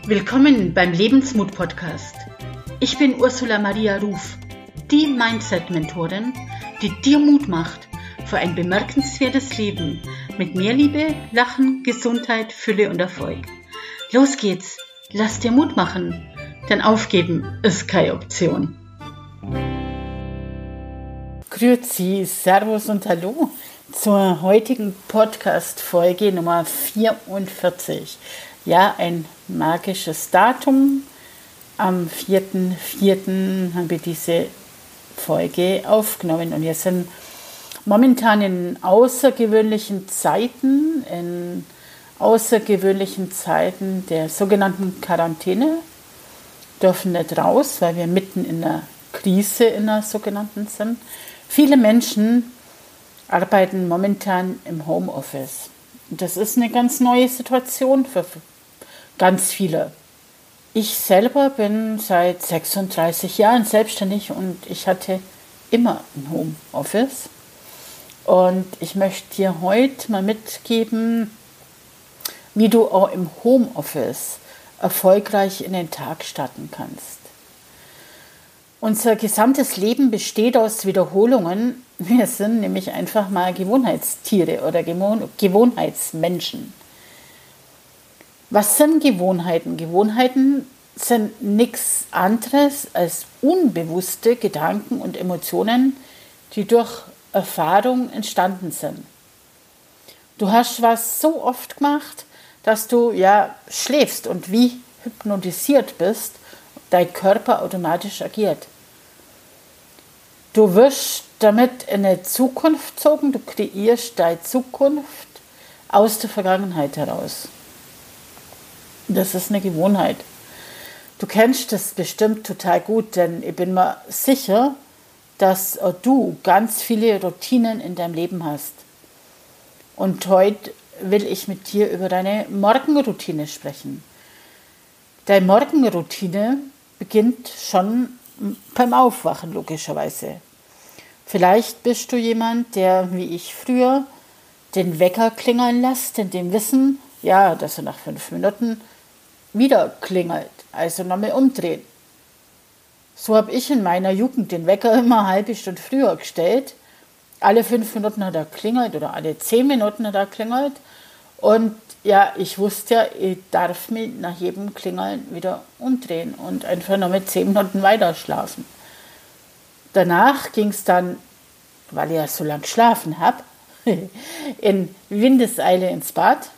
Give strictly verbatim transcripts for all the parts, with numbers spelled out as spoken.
Willkommen beim Lebensmut-Podcast. Ich bin Ursula Maria Ruf, die Mindset-Mentorin, die dir Mut macht für ein bemerkenswertes Leben mit mehr Liebe, Lachen, Gesundheit, Fülle und Erfolg. Los geht's, lass dir Mut machen, denn aufgeben ist keine Option. Grüezi, Servus und Hallo zur heutigen Podcast-Folge Nummer vierundvierzig. Ja, ein magisches Datum. Am vierten vierten habe ich diese Folge aufgenommen und wir sind momentan in außergewöhnlichen Zeiten, in außergewöhnlichen Zeiten der sogenannten Quarantäne, dürfen nicht raus, weil wir mitten in einer Krise in der sogenannten sind. Viele Menschen arbeiten momentan im Homeoffice. Das ist eine ganz neue Situation für ganz viele. Ich selber bin seit sechsunddreißig Jahren selbstständig und ich hatte immer ein Homeoffice. Und ich möchte dir heute mal mitgeben, wie du auch im Homeoffice erfolgreich in den Tag starten kannst. Unser gesamtes Leben besteht aus Wiederholungen. Wir sind nämlich einfach mal Gewohnheitstiere oder Gewohnheitsmenschen. Was sind Gewohnheiten? Gewohnheiten sind nichts anderes als unbewusste Gedanken und Emotionen, die durch Erfahrung entstanden sind. Du hast was so oft gemacht, dass du ja schläfst und wie hypnotisiert bist, dein Körper automatisch agiert. Du wirst damit in eine Zukunft gezogen, du kreierst deine Zukunft aus der Vergangenheit heraus. Das ist eine Gewohnheit. Du kennst das bestimmt total gut, denn ich bin mir sicher, dass du ganz viele Routinen in deinem Leben hast. Und heute will ich mit dir über deine Morgenroutine sprechen. Deine Morgenroutine beginnt schon beim Aufwachen, logischerweise. Vielleicht bist du jemand, der, wie ich früher, den Wecker klingeln lässt, in dem Wissen, ja, dass er nach fünf Minuten wieder klingelt, also nochmal umdrehen. So habe ich in meiner Jugend den Wecker immer eine halbe Stunde früher gestellt. Alle fünf Minuten hat er klingelt oder alle zehn Minuten hat er klingelt. Und ja, ich wusste ja, ich darf mich nach jedem Klingeln wieder umdrehen und einfach noch mit zehn Minuten weiter schlafen. Danach ging es dann, weil ich ja so lange geschlafen habe, in Windeseile ins Bad.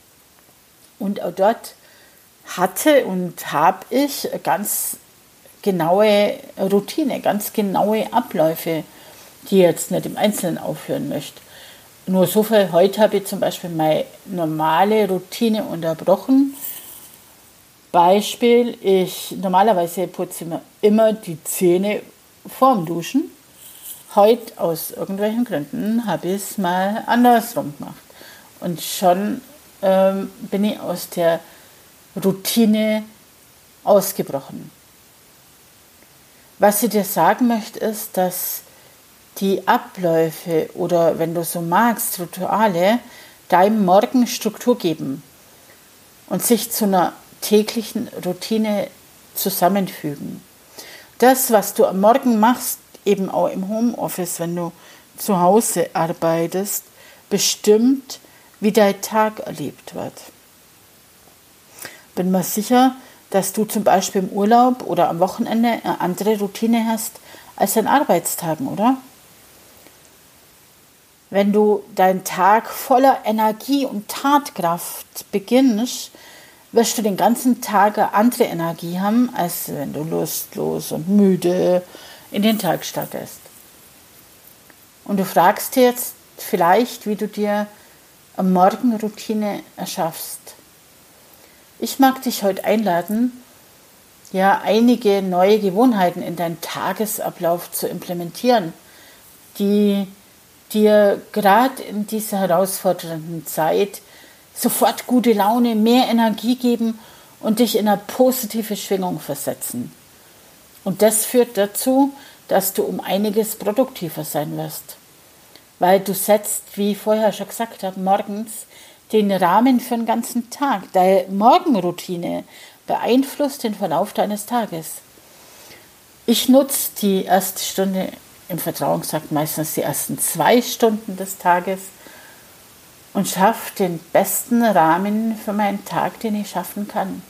Und auch dort hatte und habe ich ganz genaue Routine, ganz genaue Abläufe, die ich jetzt nicht im Einzelnen aufführen möchte. Nur so viel, heute habe ich zum Beispiel meine normale Routine unterbrochen. Beispiel, ich normalerweise putze ich mir immer die Zähne vorm Duschen. Heute aus irgendwelchen Gründen habe ich es mal andersrum gemacht. Und schon ähm, bin ich aus der Routine ausgebrochen. Was ich dir sagen möchte, ist, dass die Abläufe oder, wenn du so magst, Rituale deinem Morgen Struktur geben und sich zu einer täglichen Routine zusammenfügen. Das, was du am Morgen machst, eben auch im Homeoffice, wenn du zu Hause arbeitest, bestimmt, wie dein Tag erlebt wird. Bin mir sicher, dass du zum Beispiel im Urlaub oder am Wochenende eine andere Routine hast als an Arbeitstagen, oder? Wenn du deinen Tag voller Energie und Tatkraft beginnst, wirst du den ganzen Tag eine andere Energie haben, als wenn du lustlos und müde in den Tag startest. Und du fragst dir jetzt vielleicht, wie du dir eine Morgenroutine erschaffst. Ich mag dich heute einladen, ja, einige neue Gewohnheiten in deinen Tagesablauf zu implementieren, die dir gerade in dieser herausfordernden Zeit sofort gute Laune, mehr Energie geben und dich in eine positive Schwingung versetzen. Und das führt dazu, dass du um einiges produktiver sein wirst. Weil du setzt, wie ich vorher schon gesagt habe, morgens den Rahmen für den ganzen Tag. Deine Morgenroutine beeinflusst den Verlauf deines Tages. Ich nutze die erste Stunde, im Verdauungstrakt meistens die ersten zwei Stunden des Tages, und schaffe den besten Rahmen für meinen Tag, den ich schaffen kann.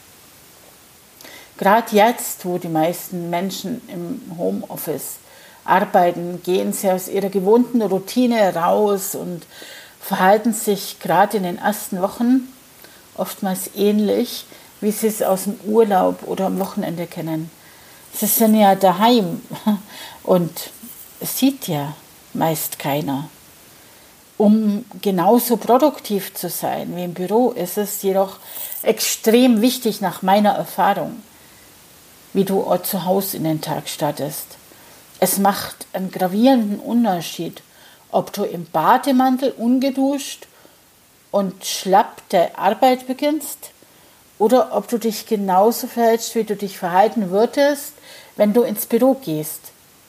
Gerade jetzt, wo die meisten Menschen im Homeoffice arbeiten, gehen sie aus ihrer gewohnten Routine raus und verhalten sich gerade in den ersten Wochen oftmals ähnlich, wie sie es aus dem Urlaub oder am Wochenende kennen. Sie sind ja daheim und es sieht ja meist keiner. Um genauso produktiv zu sein wie im Büro, ist es jedoch extrem wichtig nach meiner Erfahrung, wie du auch zu Hause in den Tag startest. Es macht einen gravierenden Unterschied, ob du im Bademantel ungeduscht und schlapp der Arbeit beginnst oder ob du dich genauso verhältst, wie du dich verhalten würdest, wenn du ins Büro gehst.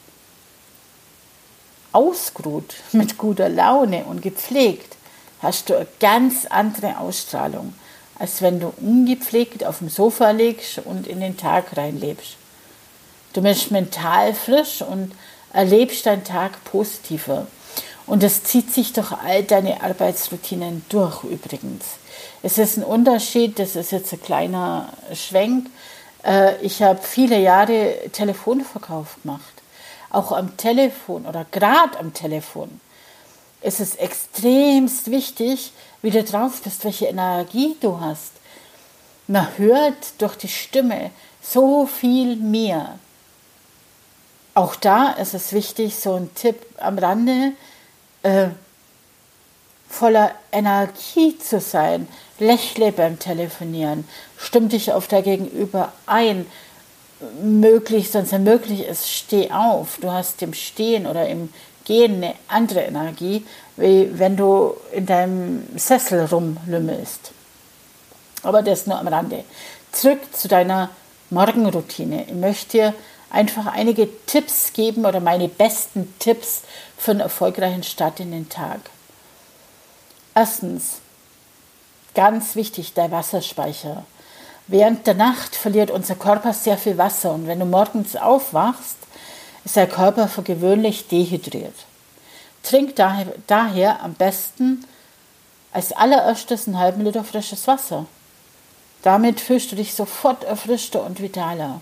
Ausgeruht, mit guter Laune und gepflegt, hast du eine ganz andere Ausstrahlung, als wenn du ungepflegt auf dem Sofa liegst und in den Tag reinlebst. Du bist mental frisch und erlebst deinen Tag positiver. Und das zieht sich durch all deine Arbeitsroutinen durch übrigens. Es ist ein Unterschied, das ist jetzt ein kleiner Schwenk. Ich habe viele Jahre Telefonverkauf gemacht. Auch am Telefon oder gerade am Telefon ist es extremst wichtig, wie du drauf bist, welche Energie du hast. Man hört durch die Stimme so viel mehr. Auch da ist es wichtig, so ein Tipp am Rande, äh, voller Energie zu sein. Lächle beim Telefonieren, stimm dich auf dein Gegenüber ein. Möglich, sonst wenn möglich ist, steh auf. Du hast im Stehen oder im Gehen eine andere Energie, wie wenn du in deinem Sessel rumlümmelst. Aber das nur am Rande. Zurück zu deiner Morgenroutine. Ich möchte dir einfach einige Tipps geben oder meine besten Tipps für einen erfolgreichen Start in den Tag. Erstens, ganz wichtig, der Wasserspeicher. Während der Nacht verliert unser Körper sehr viel Wasser und wenn du morgens aufwachst, ist der Körper für gewöhnlich dehydriert. Trink daher, daher am besten als allererstes einen halben Liter frisches Wasser. Damit fühlst du dich sofort erfrischter und vitaler.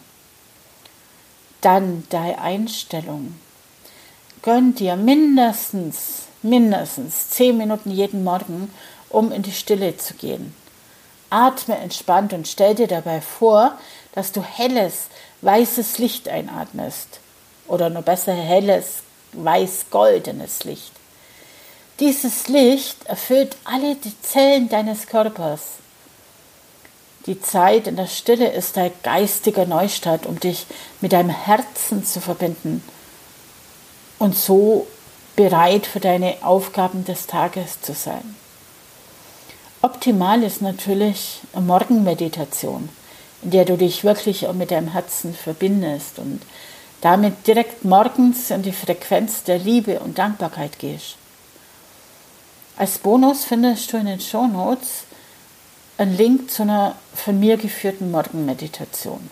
Dann deine Einstellung. Gönn dir mindestens, mindestens zehn Minuten jeden Morgen, um in die Stille zu gehen. Atme entspannt und stell dir dabei vor, dass du helles, weißes Licht einatmest. Oder noch besser helles, weiß-goldenes Licht. Dieses Licht erfüllt alle die Zellen deines Körpers. Die Zeit in der Stille ist ein geistiger Neustart, um dich mit deinem Herzen zu verbinden und so bereit für deine Aufgaben des Tages zu sein. Optimal ist natürlich eine Morgenmeditation, in der du dich wirklich auch mit deinem Herzen verbindest und damit direkt morgens in die Frequenz der Liebe und Dankbarkeit gehst. Als Bonus findest du in den Shownotes einen Link zu einer von mir geführten Morgenmeditation.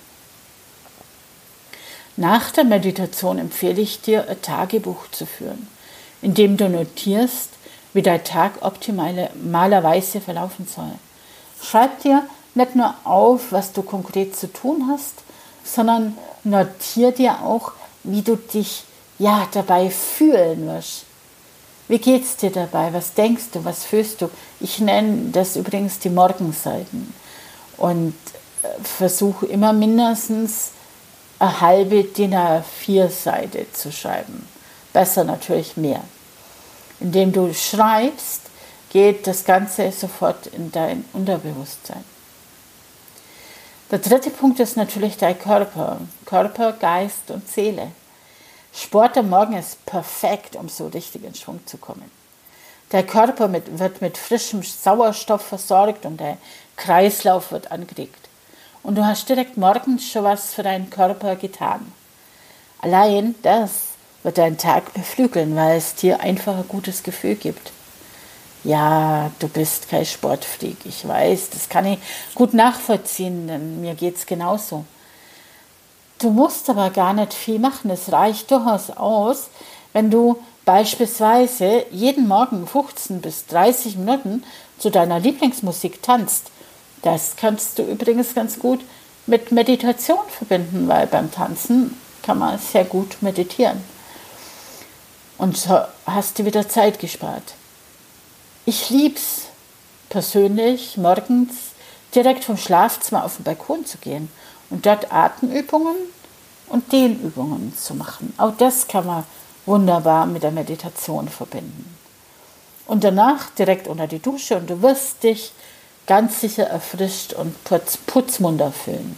Nach der Meditation empfehle ich dir, ein Tagebuch zu führen, in dem du notierst, wie dein Tag optimalerweise verlaufen soll. Schreib dir nicht nur auf, was du konkret zu tun hast, sondern notier dir auch, wie du dich ja dabei fühlen wirst. Wie geht's dir dabei? Was denkst du? Was fühlst du? Ich nenne das übrigens die Morgenseiten und versuche immer mindestens eine halbe D I N A vier Seite zu schreiben. Besser natürlich mehr. Indem du schreibst, geht das Ganze sofort in dein Unterbewusstsein. Der dritte Punkt ist natürlich dein Körper. Körper, Geist und Seele. Sport am Morgen ist perfekt, um so richtig in Schwung zu kommen. Der Körper mit, wird mit frischem Sauerstoff versorgt und der Kreislauf wird angeregt. Und du hast direkt morgens schon was für deinen Körper getan. Allein das wird deinen Tag beflügeln, weil es dir einfach ein gutes Gefühl gibt. Ja, du bist kein Sportfreak, ich weiß, das kann ich gut nachvollziehen, denn mir geht's genauso. Du musst aber gar nicht viel machen, es reicht durchaus aus, wenn du beispielsweise jeden Morgen fünfzehn bis dreißig Minuten zu deiner Lieblingsmusik tanzt. Das kannst du übrigens ganz gut mit Meditation verbinden, weil beim Tanzen kann man sehr gut meditieren. Und so hast du wieder Zeit gespart. Ich lieb's persönlich, morgens direkt vom Schlafzimmer auf den Balkon zu gehen und dort Atemübungen und Dehnübungen zu machen. Auch das kann man wunderbar mit der Meditation verbinden. Und danach direkt unter die Dusche und du wirst dich ganz sicher erfrischt und putz, putzmunter fühlen.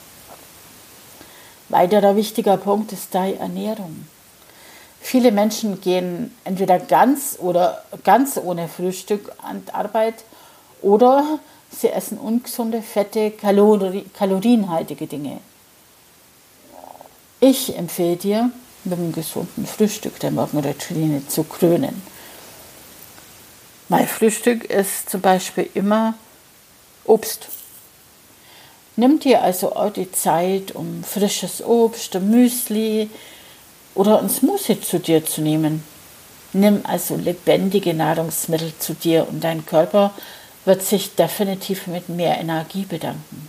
Weiterer wichtiger Punkt ist deine Ernährung. Viele Menschen gehen entweder ganz oder ganz ohne Frühstück an die Arbeit oder sie essen ungesunde, fette, kalori- kalorienhaltige Dinge. Ich empfehle dir, mit einem gesunden Frühstück der Morgenroutine zu krönen. Mein Frühstück ist zum Beispiel immer Obst. Nimm dir also auch die Zeit, um frisches Obst, ein Müsli oder ein Smoothie zu dir zu nehmen. Nimm also lebendige Nahrungsmittel zu dir und dein Körper wird sich definitiv mit mehr Energie bedanken.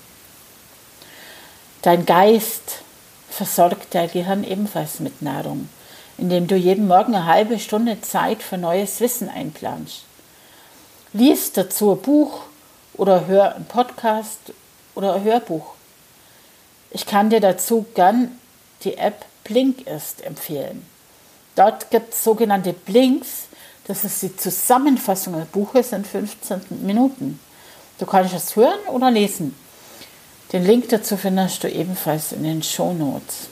Dein Geist versorgt dein Gehirn ebenfalls mit Nahrung, indem du jeden Morgen eine halbe Stunde Zeit für neues Wissen einplanst. Lies dazu ein Buch oder hör einen Podcast oder ein Hörbuch. Ich kann dir dazu gern die App Blinkist empfehlen. Dort gibt es sogenannte Blinks, das ist die Zusammenfassung des Buches in fünfzehn Minuten. Du kannst es hören oder lesen. Den Link dazu findest du ebenfalls in den Shownotes.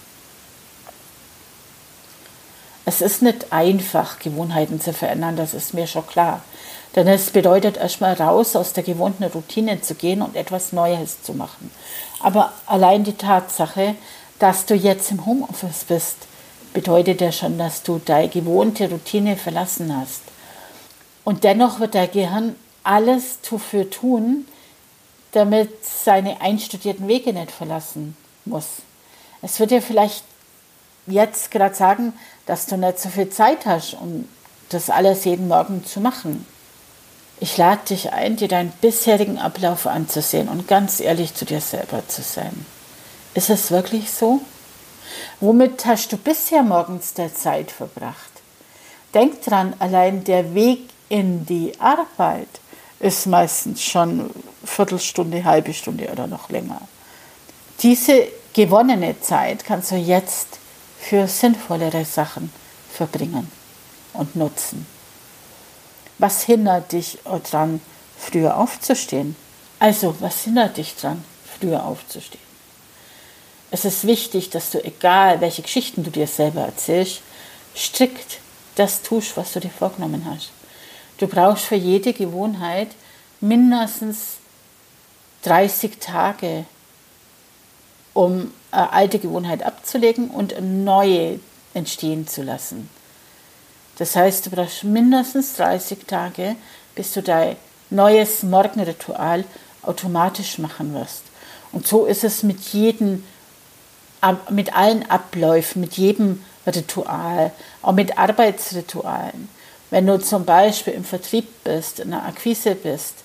Es ist nicht einfach, Gewohnheiten zu verändern, das ist mir schon klar. Denn es bedeutet erstmal raus aus der gewohnten Routine zu gehen und etwas Neues zu machen. Aber allein die Tatsache, dass du jetzt im Homeoffice bist, bedeutet ja schon, dass du deine gewohnte Routine verlassen hast. Und dennoch wird dein Gehirn alles dafür tun, damit seine einstudierten Wege nicht verlassen muss. Es wird dir vielleicht jetzt gerade sagen, dass du nicht so viel Zeit hast, um das alles jeden Morgen zu machen. Ich lade dich ein, dir deinen bisherigen Ablauf anzusehen und ganz ehrlich zu dir selber zu sein. Ist es wirklich so? Womit hast du bisher morgens der Zeit verbracht? Denk dran, allein der Weg in die Arbeit ist meistens schon eine Viertelstunde, halbe Stunde oder noch länger. Diese gewonnene Zeit kannst du jetzt für sinnvollere Sachen verbringen und nutzen. Was hindert dich daran, früher aufzustehen? Also, was hindert dich daran, früher aufzustehen? Es ist wichtig, dass du, egal welche Geschichten du dir selber erzählst, strikt das tust, was du dir vorgenommen hast. Du brauchst für jede Gewohnheit mindestens dreißig Tage, um eine alte Gewohnheit abzulegen und eine neue entstehen zu lassen. Das heißt, du brauchst mindestens dreißig Tage, bis du dein neues Morgenritual automatisch machen wirst. Und so ist es mit jedem, mit allen Abläufen, mit jedem Ritual, auch mit Arbeitsritualen. Wenn du zum Beispiel im Vertrieb bist, in der Akquise bist,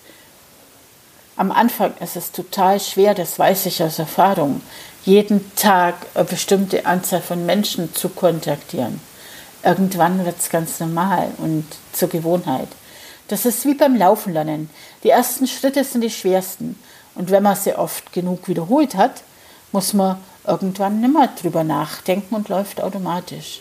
am Anfang ist es total schwer, das weiß ich aus Erfahrung, jeden Tag eine bestimmte Anzahl von Menschen zu kontaktieren. Irgendwann wird es ganz normal und zur Gewohnheit. Das ist wie beim Laufen lernen. Die ersten Schritte sind die schwersten. Und wenn man sie oft genug wiederholt hat, muss man irgendwann nicht mehr drüber nachdenken und läuft automatisch.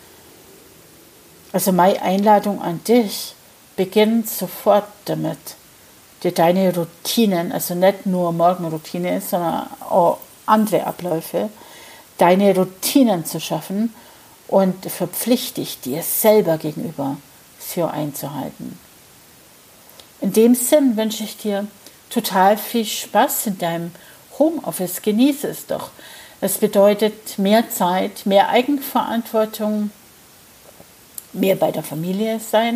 Also meine Einladung an dich beginnt sofort damit, dir deine Routinen, also nicht nur Morgenroutine, sondern auch andere Abläufe, deine Routinen zu schaffen und verpflichte dich dir selber gegenüber, sie einzuhalten. In dem Sinn wünsche ich dir total viel Spaß in deinem Homeoffice. Genieße es doch. Es bedeutet mehr Zeit, mehr Eigenverantwortung, mehr bei der Familie sein,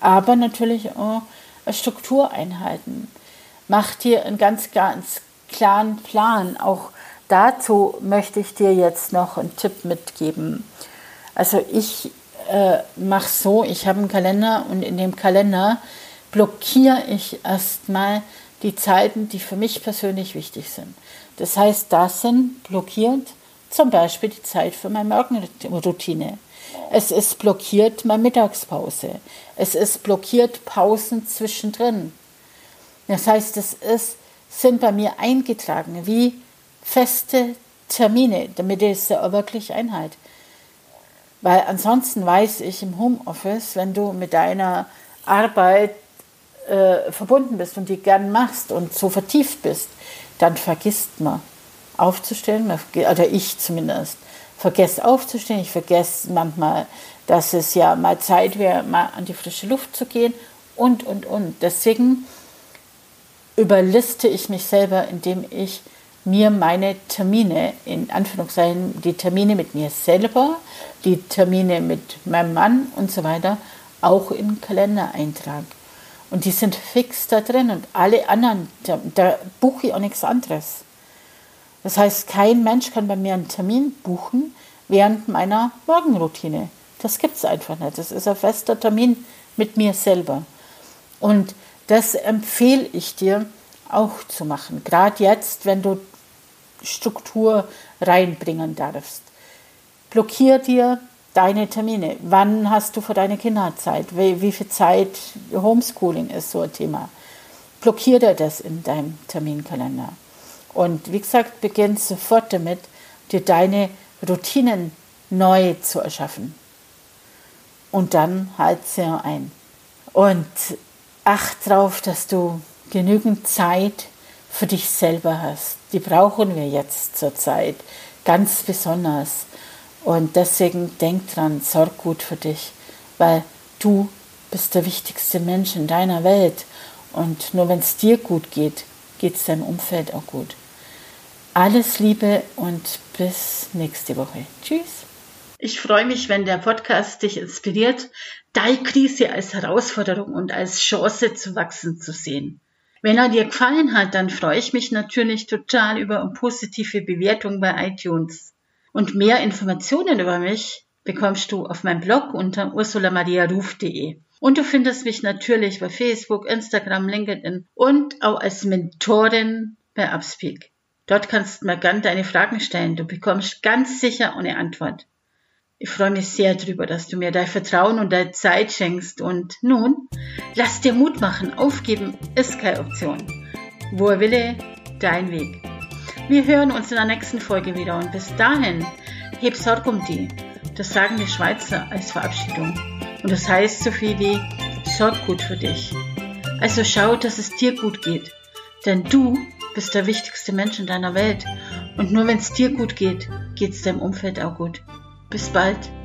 aber natürlich auch eine Struktur einhalten. Mach dir einen ganz, ganz klaren Plan. Auch dazu möchte ich dir jetzt noch einen Tipp mitgeben. Also ich äh, mache so, ich habe einen Kalender und in dem Kalender blockiere ich erstmal die Zeiten, die für mich persönlich wichtig sind. Das heißt, da sind blockiert zum Beispiel die Zeit für meine Morgenroutine. Es ist blockiert meine Mittagspause. Es ist blockiert Pausen zwischendrin. Das heißt, es ist, sind bei mir eingetragen wie feste Termine, damit ich es auch wirklich einhalte. Weil ansonsten weiß ich im Homeoffice, wenn du mit deiner Arbeit äh, verbunden bist und die gern machst und so vertieft bist, dann vergisst man aufzustehen, man, oder ich zumindest, vergesse aufzustehen, ich vergesse manchmal, dass es ja mal Zeit wäre, mal an die frische Luft zu gehen und, und, und. Deswegen überliste ich mich selber, indem ich mir meine Termine, in Anführungszeichen, die Termine mit mir selber, die Termine mit meinem Mann und so weiter, auch in den Kalender eintrage. Und die sind fix da drin und alle anderen, da, da buche ich auch nichts anderes. Das heißt, kein Mensch kann bei mir einen Termin buchen während meiner Morgenroutine. Das gibt es einfach nicht. Das ist ein fester Termin mit mir selber. Und das empfehle ich dir auch zu machen. Gerade jetzt, wenn du Struktur reinbringen darfst. Blockier dir deine Termine. Wann hast du für deine Kinder Zeit? Wie, wie viel Zeit Homeschooling ist so ein Thema? Blockier dir das in deinem Terminkalender. Und wie gesagt, beginn sofort damit, dir deine Routinen neu zu erschaffen. Und dann halt sie ein. Und acht darauf, dass du genügend Zeit für dich selber hast. Die brauchen wir jetzt zur Zeit, ganz besonders. Und deswegen denk dran, sorg gut für dich, weil du bist der wichtigste Mensch in deiner Welt. Und nur wenn es dir gut geht, geht es deinem Umfeld auch gut. Alles Liebe und bis nächste Woche. Tschüss. Ich freue mich, wenn der Podcast dich inspiriert, deine Krise als Herausforderung und als Chance zu wachsen zu sehen. Wenn er dir gefallen hat, dann freue ich mich natürlich total über eine positive Bewertung bei iTunes. Und mehr Informationen über mich bekommst du auf meinem Blog unter ursula maria ruf punkt de. Und du findest mich natürlich bei Facebook, Instagram, LinkedIn und auch als Mentorin bei Upspeak. Dort kannst du mir gerne deine Fragen stellen. Du bekommst ganz sicher eine Antwort. Ich freue mich sehr darüber, dass du mir dein Vertrauen und deine Zeit schenkst. Und nun, lass dir Mut machen. Aufgeben ist keine Option. Wo er wille, dein Weg. Wir hören uns in der nächsten Folge wieder. Und bis dahin, heb Sorg um die. Das sagen die Schweizer als Verabschiedung. Und das heißt so viel wie, sorg gut für dich. Also schau, dass es dir gut geht. Denn du bist der wichtigste Mensch in deiner Welt. Und nur wenn es dir gut geht, geht es deinem Umfeld auch gut. Bis bald.